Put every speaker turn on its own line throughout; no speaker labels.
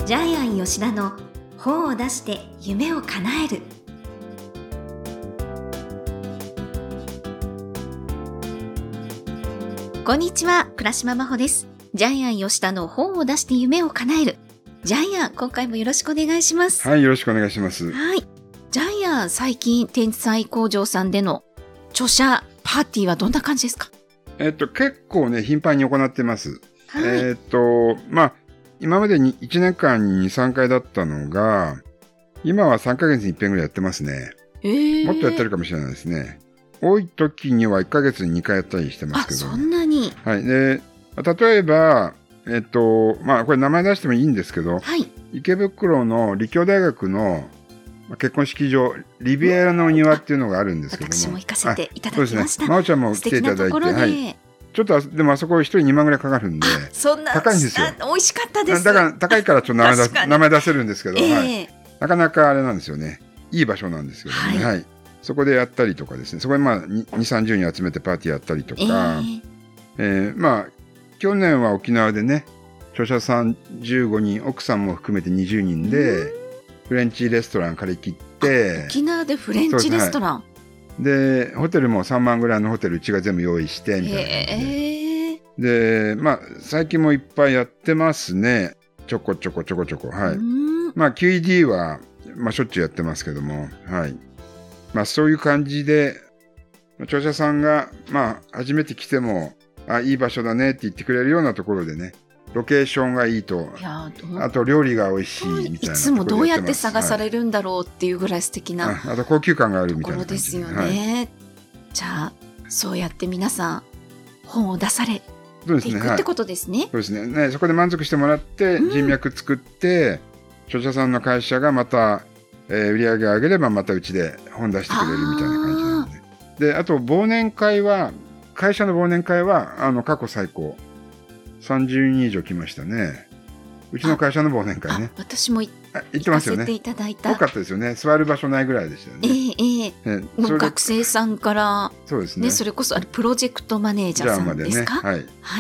ジャイアン吉田の本を出して夢を叶える。こんにちは、倉島真帆です。ジャイアン吉田の本を出して夢を叶える。ジャイアン、今回もよろしくお願いします。
はい、よろしくお願いします。
はい。ジャイアン、最近天才工場さんでの著者パーティーはどんな感じですか？
結構ね、頻繁に行ってます。
はい。
今までに1年間に2、3回だったのが、今は3ヶ月に1遍ぐらいやってますね。もっとやってるかもしれないですね。多い時には1ヶ月に2回やったりしてますけど。
そんなに。
はい。で、例えば、これ名前出してもいいんですけど、
はい。
池袋の立教大学の結婚式場、リビエラの庭っていうのがあるんですけども。
私も行かせていただきました。
そうですね。真央ちゃんも来ていただいて。
素敵なところで。はい。
ちょっと、でもあそこ一人2万ぐらいかかるんで、
そんな
高いんですよ。
美味しかったです。
だから高いからちょっと名前出せるんですけど、はい、なかなかあれなんですよね。いい場所なんですけどね。はい。そこでやったりとかですね。そこで2、30人集めてパーティーやったりとか、去年は沖縄でね、著者さん15人、奥さんも含めて20人で、フレンチレストラン借り切って、
沖縄でフレンチレストラン。
で、ホテルも3万ぐらいのホテルうちが全部用意して、みたいな感じで。で、最近もいっぱいやってますね。ちょこちょこ。はい。QED は、しょっちゅうやってますけども、はい。そういう感じで、著者さんが、初めて来ても、いい場所だねって言ってくれるようなところでね、ロケーションがいいと、あと料理が美味しいみたいな。
いつもどうやって探されるんだろうっていうぐらい素敵な、
あと高級感があるみたいな
ところですよね。じゃあ、そうやって皆さん、本を出されていくってことですね。
そうですね。そこで満足してもらって、人脈作って、著者さんの会社がまた、売り上げを上げればまたうちで本出してくれるみたいな感じなんで。で、あと会社の忘年会は過去最高30人以上来ましたね。うちの会社の忘年会ね。
私も行
ってますよね。
いただいた。
多かったですよね。座る場所ないぐらいでしたよね。
もう学生さんから、
そうですね。
それこそプロジェクトマネージャーさんですか？はい、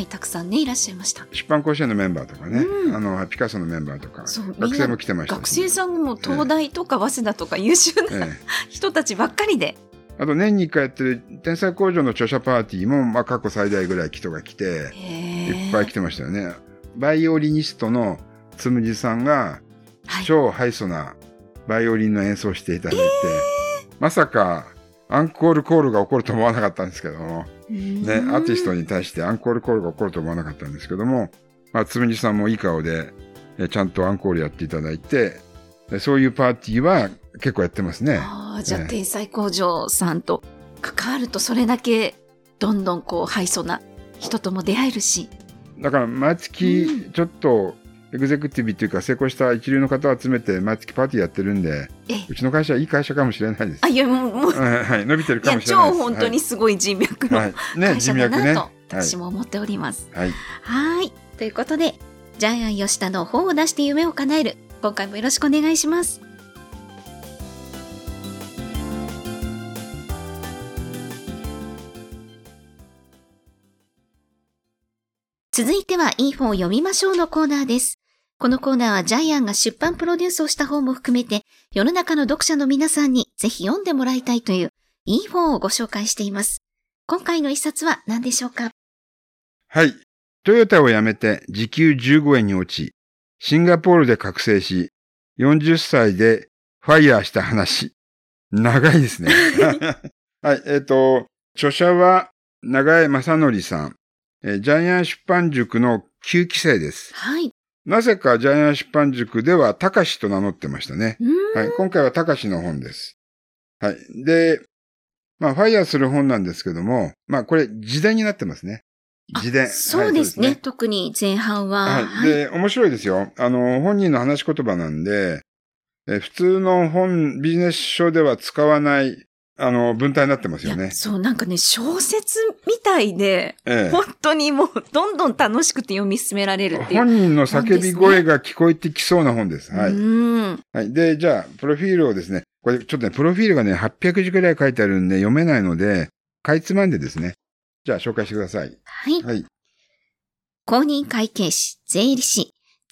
たくさんねいらっしゃいました。
出版甲子園のメンバーとかね、ピカソのメンバーとか、学生も来てました。
学生さんも東大とか早稲田とか優秀な人たちばっかりで。
あと年に1回やってる天才工場の著者パーティーも過去最大ぐらい人が来て、いっぱい来てましたよね。バイオリニストのつむじさんが超ハイソなバイオリンの演奏をしていただいて、まさかアンコールコールが起こると思わなかったんですけども、ね、アーティストに対してアンコールコールが起こると思わなかったんですけども、つむじさんもいい顔でちゃんとアンコールやっていただいて、そういうパーティーは結構やってますね。
じゃあ天才工場さんと関わるとそれだけどんどんハイソな人とも出会えるし。
だから毎月ちょっとエグゼクティブっていうか成功した一流の方を集めて毎月パーティーやってるんで、うちの会社はいい会社かもしれないです。
いやもう、
はい、伸びてるかもしれないです。
超本当にすごい人脈の会社だなと私も思っております。はい。ということで、ジャイアン吉田の本を出して夢を叶える。今回もよろしくお願いします。続いてはいい本を読みましょうのコーナーです。このコーナーはジャイアンが出版プロデュースをした本も含めて、世の中の読者の皆さんにぜひ読んでもらいたいといういい本をご紹介しています。今回の一冊は何でしょうか？
はい。トヨタを辞めて時給15円に落ち、シンガポールで覚醒し、40歳でファイヤーした話。長いですね。はい。著者は長江正則さん。ジャイアン出版塾の9期生です。
はい。
なぜかジャイアン出版塾ではたかしと名乗ってましたね。はい。今回はたかしの本です。はい。で、ファイヤーする本なんですけども、これ自伝になってますね。自伝。
そうですね。特に前半は。
はい。で、面白いですよ。本人の話し言葉なんで、普通のビジネス書では使わない文体になってますよね。
そう、なんかね、小説みたいで、本当にもう、どんどん楽しくて読み進められるっていう、
本人の叫び声が聞こえてきそうな本です。はい。はい。で、じゃあ、プロフィールをですね、これちょっとね、プロフィールがね、800字くらい書いてあるんで読めないので、かいつまんでですね。じゃあ、紹介してください。
はい。公認会計士、税理士、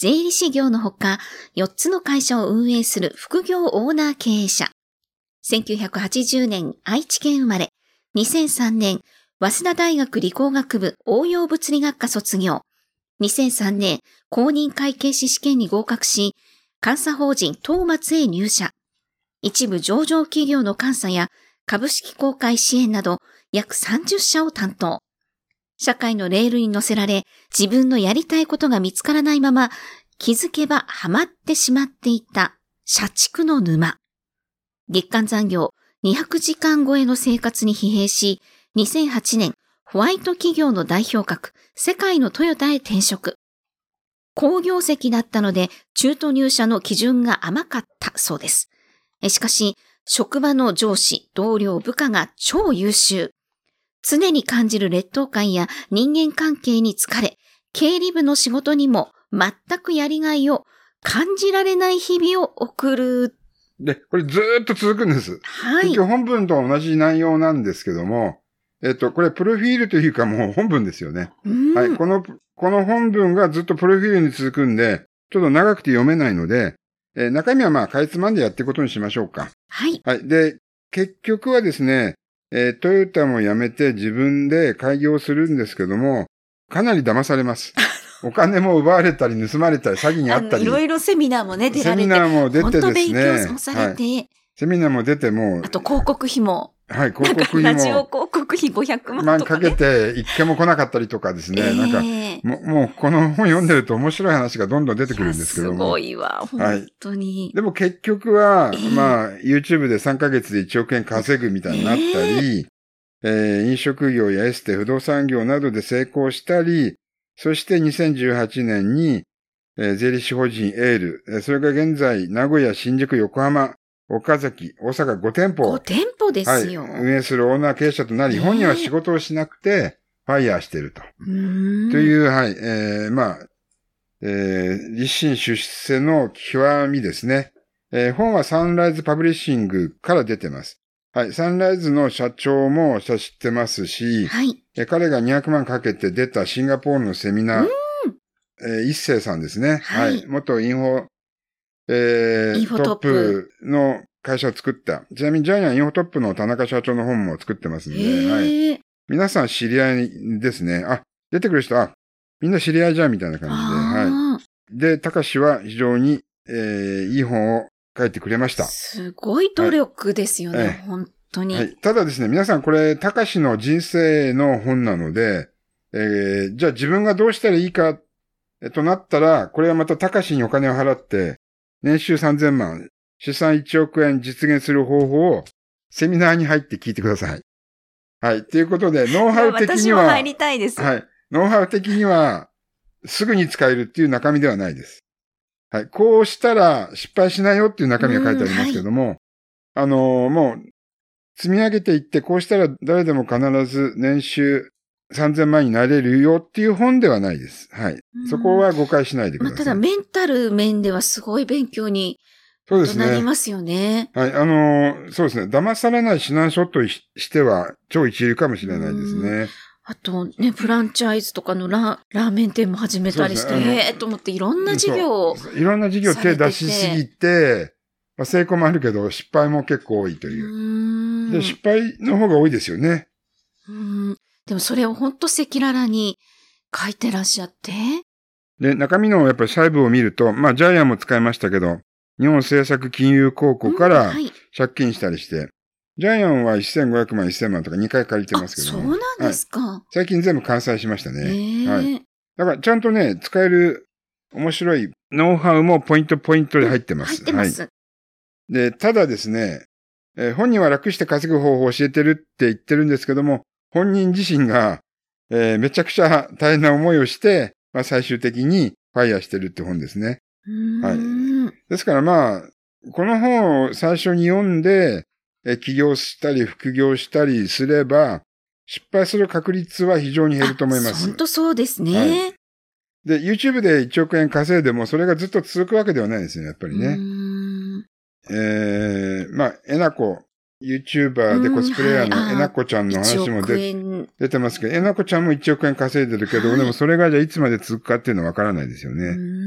税理士業のほか、4つの会社を運営する副業オーナー経営者。1980年愛知県生まれ、2003年早稲田大学理工学部応用物理学科卒業。2003年公認会計士試験に合格し、監査法人東松へ入社。一部上場企業の監査や株式公開支援など約30社を担当。社会のレールに乗せられ、自分のやりたいことが見つからないまま、気づけばハマってしまっていた社畜の沼。月間残業200時間超えの生活に疲弊し、2008年ホワイト企業の代表格、世界のトヨタへ転職。好業績だったので、中途入社の基準が甘かったそうです。しかし、職場の上司、同僚、部下が超優秀。常に感じる劣等感や人間関係に疲れ、経理部の仕事にも全くやりがいを感じられない日々を送る。
で、これずーっと続くんです。
はい。
結局本文と同じ内容なんですけども、これプロフィールというかもう本文ですよね。はい。この本文がずっとプロフィールに続くんで、ちょっと長くて読めないので、中身はまあかいつまんでやっていくことにしましょうか。
はい。
はい。で、結局はですね、トヨタも辞めて自分で開業するんですけども、かなり騙されます。お金も奪われたり盗まれたり詐欺にあったり。
いろいろセミナーもね、出られて。
セミナーも出てですね。
本当勉強もされて、はい。
セミナーも出ても。
あと広告費も。
はい、広告費も。
ラジオ広告費500万とか、ね。
かけて一件も来なかったりとかですね。なんか、もうこの本読んでると面白い話がどんどん出てくるんですけども。
すごいわ、本当に。
はい、でも結局は、まあ、YouTube で3ヶ月で1億円稼ぐみたいになったり、飲食業やエステ、不動産業などで成功したり、そして2018年に、税理士法人エール、それが現在、名古屋、新宿、横浜、岡崎、大阪5店舗。
5店舗ですよ。
はい。運営するオーナー経営者となり、本人は仕事をしなくて、ファイヤーしていると。という、はい。まあ、立身出世の極みですね。本はサンライズパブリッシングから出てます。はい。サンライズの社長も知ってますし、
はい。
彼が200万かけて出たシンガポールのセミナー、一星さんですね。はい。元インフォトップの会社を作った。ちなみにジャイアンインフォトップの田中社長の本も作ってますんで、はい。皆さん知り合いですね。あ、出てくる人、みんな知り合いじゃんみたいな感じで、はい。で、高志は非常に、いい本を書いてくれました。
すごい努力ですよね、本当に。
はい。ただですね、皆さんこれ、高志の人生の本なので、じゃあ自分がどうしたらいいか、となったら、これはまた高志にお金を払って、年収3000万、資産1億円実現する方法をセミナーに入って聞いてください。はい。ということで、ノウハウ的には、
私も入りたいです。
はい。ノウハウ的には、すぐに使えるっていう中身ではないです。はい。こうしたら失敗しないよっていう中身が書いてありますけども、はい、もう、積み上げていって、こうしたら誰でも必ず年収3000万になれるよっていう本ではないです。はい。そこは誤解しないでください。
ただメンタル面ではすごい勉強になりますよね。
はい。そうですね。騙されない指南書としては超一流かもしれないですね。
あとね、フランチャイズとかのラーメン店も始めたりして、と思っていろんな事業を。
いろんな事業手出しすぎて、まあ、成功もあるけど失敗も結構多いという。で、失敗の方が多いですよね。
でもそれを本当赤裸々に書いてらっしゃって。
で、中身のやっぱり細部を見ると、まあジャイアンも使いましたけど、日本政策金融公庫から借金したりして、ジャイアンは1500万、1000万とか2回借りてますけど、
そうなんですか、
はい。最近全部完済しましたね。はい。だからちゃんとね、使える面白いノウハウもポイントで入ってます。
入ってます。
はい。で、ただですね、本人は楽して稼ぐ方法を教えてるって言ってるんですけども、本人自身が、めちゃくちゃ大変な思いをして、まあ、最終的にファイヤーしてるって本ですね。はい。ですからまあ、この本を最初に読んで、起業したり副業したりすれば、失敗する確率は非常に減ると思います。
本当そうですね。
はい。で、YouTube で1億円稼いでも、それがずっと続くわけではないですよね、やっぱりね。まあ、えなこ、YouTuber でコスプレイヤーのえなこちゃんの話も出てますけど、えなこちゃんも1億円稼いでるけど、でもそれがじゃあいつまで続くかっていうのはわからないですよね。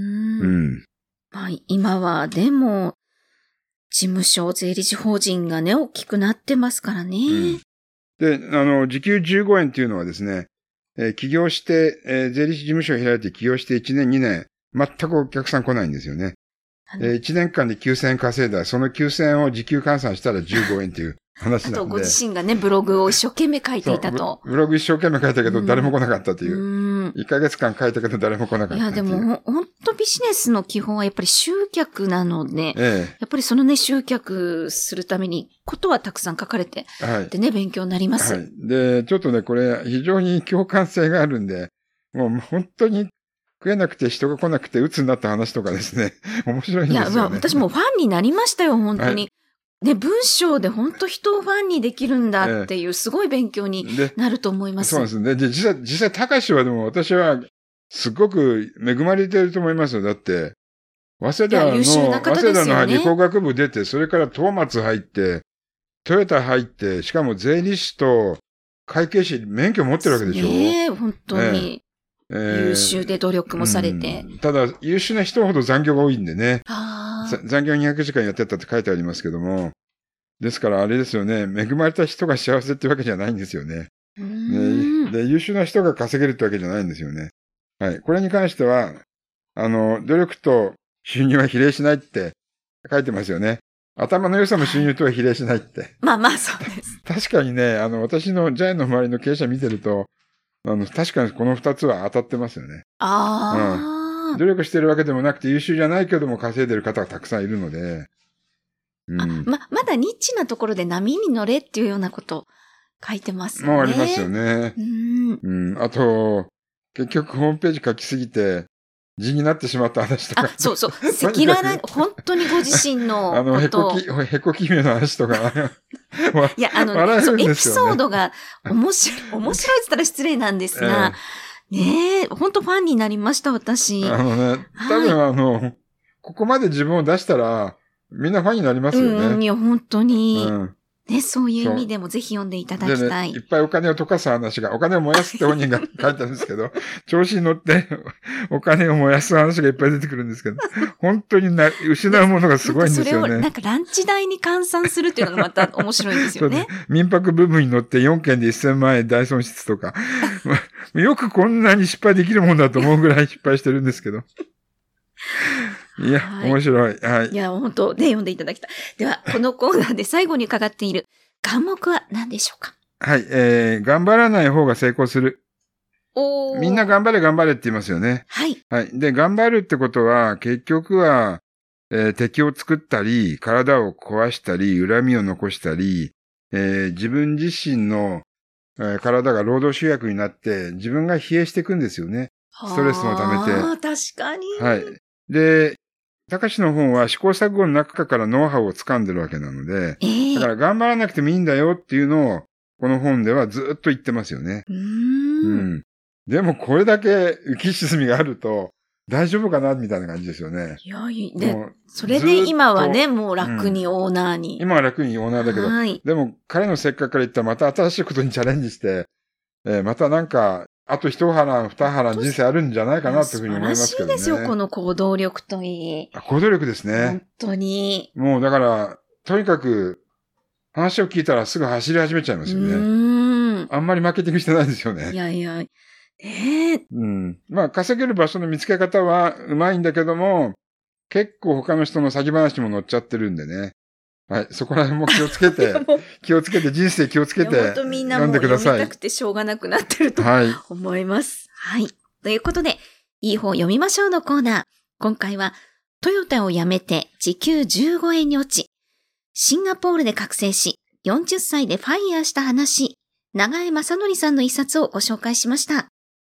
まあ、今はでも、事務所、税理士法人がね、大きくなってますからね。
で、時給15円っていうのはですね、起業して、税理士事務所を開いて起業して1年、2年、全くお客さん来ないんですよね。1年間で9000円稼いだら、その9000円を時給換算したら15円っていう話なんで。
あと、ご自身がね、ブログを一生懸命書いていたと。
ブログ一生懸命書いたけど、誰も来なかったという。1ヶ月間書いたけど、誰も来なかった。
いや、でも、本当ビジネスの基本はやっぱり集客なので、やっぱりそのね、集客するために、ことはたくさん書かれて、でね、勉強になります。
で、ちょっとね、これ、非常に共感性があるんで、もう本当に、食えなくて人が来なくて鬱になった話とかですね。面白いんですよね。
いや、私もファンになりましたよ、本当に。ね、文章で本当人をファンにできるんだっていうすごい勉強になると思います。
そうですね。で、実際、高志はでも私はすごく恵まれてると思いますよ。だって、早稲田の理工学部出て、それから東松入って、トヨタ入って、しかも税理士と会計士免許持ってるわけでしょ。
ねえ、本当に。優秀で努力もされて。
ただ、優秀な人ほど残業が多いんでね。残業200時間やってたって書いてありますけども。ですから、あれですよね。恵まれた人が幸せってわけじゃないんですよね。で、優秀な人が稼げるってわけじゃないんですよね。はい。これに関しては、努力と収入は比例しないって書いてますよね。頭の良さも収入とは比例しないって。
まあ、そうです。
確かにね、私のジャイアンの周りの経営者見てると、確かにこの二つは当たってますよね。努力してるわけでもなくて優秀じゃないけども稼いでる方がたくさんいるので。
まだニッチなところで波に乗れっていうようなこと書いてますよね。
もうありますよね。あと、結局ホームページ書きすぎて、字になってしまった話とか。
そう。赤裸々、本当にご自身のことを。
へこき目の話とか。
いや、エピソードが面白いって言ったら失礼なんですが、ねえ、本当ファンになりました、私。
多分ここまで自分を出したら、みんなファンになりますよね。
いや、本当に。ね、そういう意味でもぜひ読んでいただきたい。
いっぱいお金を溶かす話が、お金を燃やすって本人が書いてあるんですけど、調子に乗ってお金を燃やす話がいっぱい出てくるんですけど、本当に失うものがすごいんですよね。
それをなんかランチ代に換算するっていうのがまた面白いんですよね。
民泊部分に乗って4件で1000万円大損失とか、よくこんなに失敗できるもんだと思うぐらい失敗してるんですけど。いや、面白い。はい。
いや、本当ね、読んでいただきたい。では、このコーナーで最後に伺っている願目は何でしょうか？
はい、頑張らない方が成功する。みんな頑張れって言いますよね。
はい。
はい。で、頑張るってことは、結局は、敵を作ったり、体を壊したり、恨みを残したり、自分自身の、体が労働集約になって、自分が疲弊していくんですよね。ストレスも溜めて。
確かに。
はい。で、高志の本は試行錯誤の中からノウハウを掴んでるわけなので、だから頑張らなくてもいいんだよっていうのを、この本ではずっと言ってますよね。でもこれだけ浮き沈みがあると、大丈夫かなみたいな感じですよね。
いや、それで今はね、もう楽にオーナーに。
今は楽にオーナーだけど、でも彼の性格から言ったらまた新しいことにチャレンジして、またなんか、あと一波乱、二波乱人生あるんじゃないかなというふうに思いますけどね。
素晴らしいですよ、この行動力といい。
行動力ですね。
本当に。
もうだから、とにかく、話を聞いたらすぐ走り始めちゃいますよね。あんまりマーケティングしてないですよね。
いや。
まあ、稼げる場所の見つけ方はうまいんだけども、結構他の人の詐欺話も載っちゃってるんでね。はい。そこら辺も気をつけて、人生気をつけて、
読んでください。みんなも読みたくてしょうがなくなってると思います。はい。ということで、いい本読みましょうのコーナー。今回は、トヨタを辞めて時給15円に落ち、シンガポールで覚醒し、40歳でファイヤーした話、長江正則さんの一冊をご紹介しました。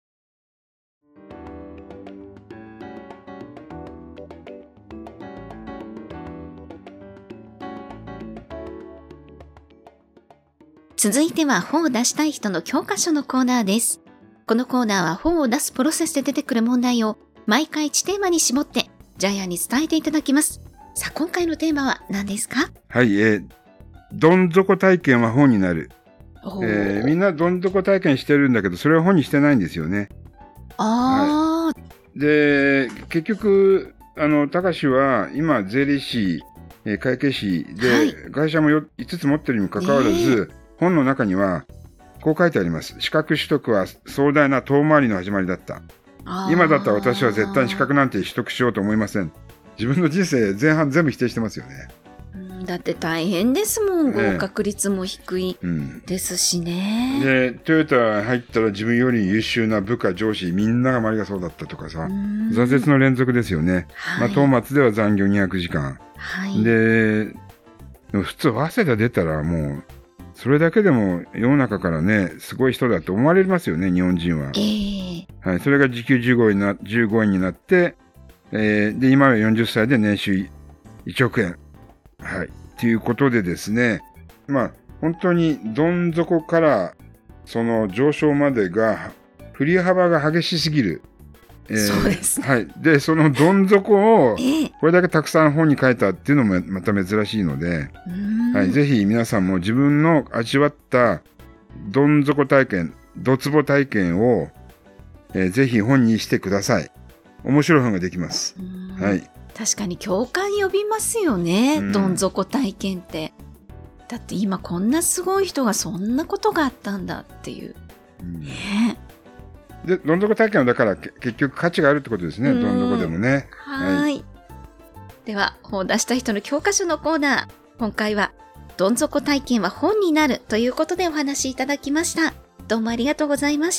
続いては本を出したい人の教科書のコーナーです。このコーナーは本を出すプロセスで出てくる問題を毎回1テーマに絞ってジャイアンに伝えていただきます。さあ、今回のテーマは何ですか？
はい、どん底体験は本になる。みんなどん底体験してるんだけど、それは本にしてないんですよね。で、結局、 高志は今、税理士、会計士で、
はい
会社も5つ持ってるにもかかわらず、本の中には、こう書いてあります。資格取得は壮大な遠回りの始まりだった。今だったら私は絶対に資格なんて取得しようと思いません。自分の人生前半全部否定してますよね。
だって大変ですもん、合格率も低いですしね。
で、トヨタ入ったら自分より優秀な部下、上司、みんなが周りがそうだったとかさ、挫折の連続ですよね。
はい、
東松では残業200時間。
はい、
でも普通、早稲田出たらもう、それだけでも世の中からね、すごい人だと思われますよね、日本人は。はい、それが時給15円になって、で、今は40歳で年収1億円。はい。ということでですね、本当にどん底からその上昇までが振り幅が激しすぎる。
そうですね。
はい。で、そのどん底をこれだけたくさん本に書いたっていうのもまた珍しいので、はい。ぜひ皆さんも自分の味わったどん底体験、どつぼ体験を、ぜひ本にしてください。面白い本ができます。はい。
確かに共感呼びますよね、どん底体験って。だって今こんなすごい人がそんなことがあったんだっていう。ね、
で、どん底体験はだから結局価値があるってことですね、どん底でもね。
はい。では、本を出した人の教科書のコーナー。今回は、どん底体験は本になるということでお話しいただきました。どうもありがとうございました。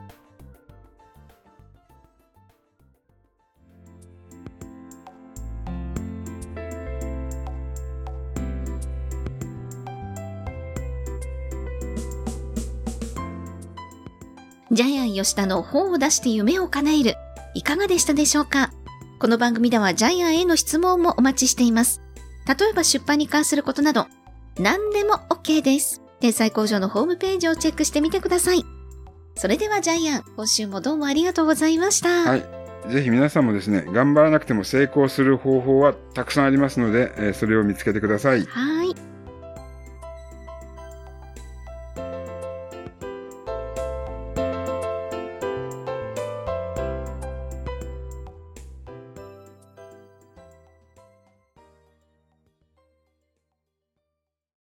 ジャイアン吉田の本を出して夢を叶える。いかがでしたでしょうか？この番組ではジャイアンへの質問もお待ちしています。例えば出版に関することなど、何でも OK です。天才工場のホームページをチェックしてみてください。それではジャイアン、今週もどうもありがとうございました。
はい。ぜひ皆さんもですね、頑張らなくても成功する方法はたくさんありますので、それを見つけてください。
はい。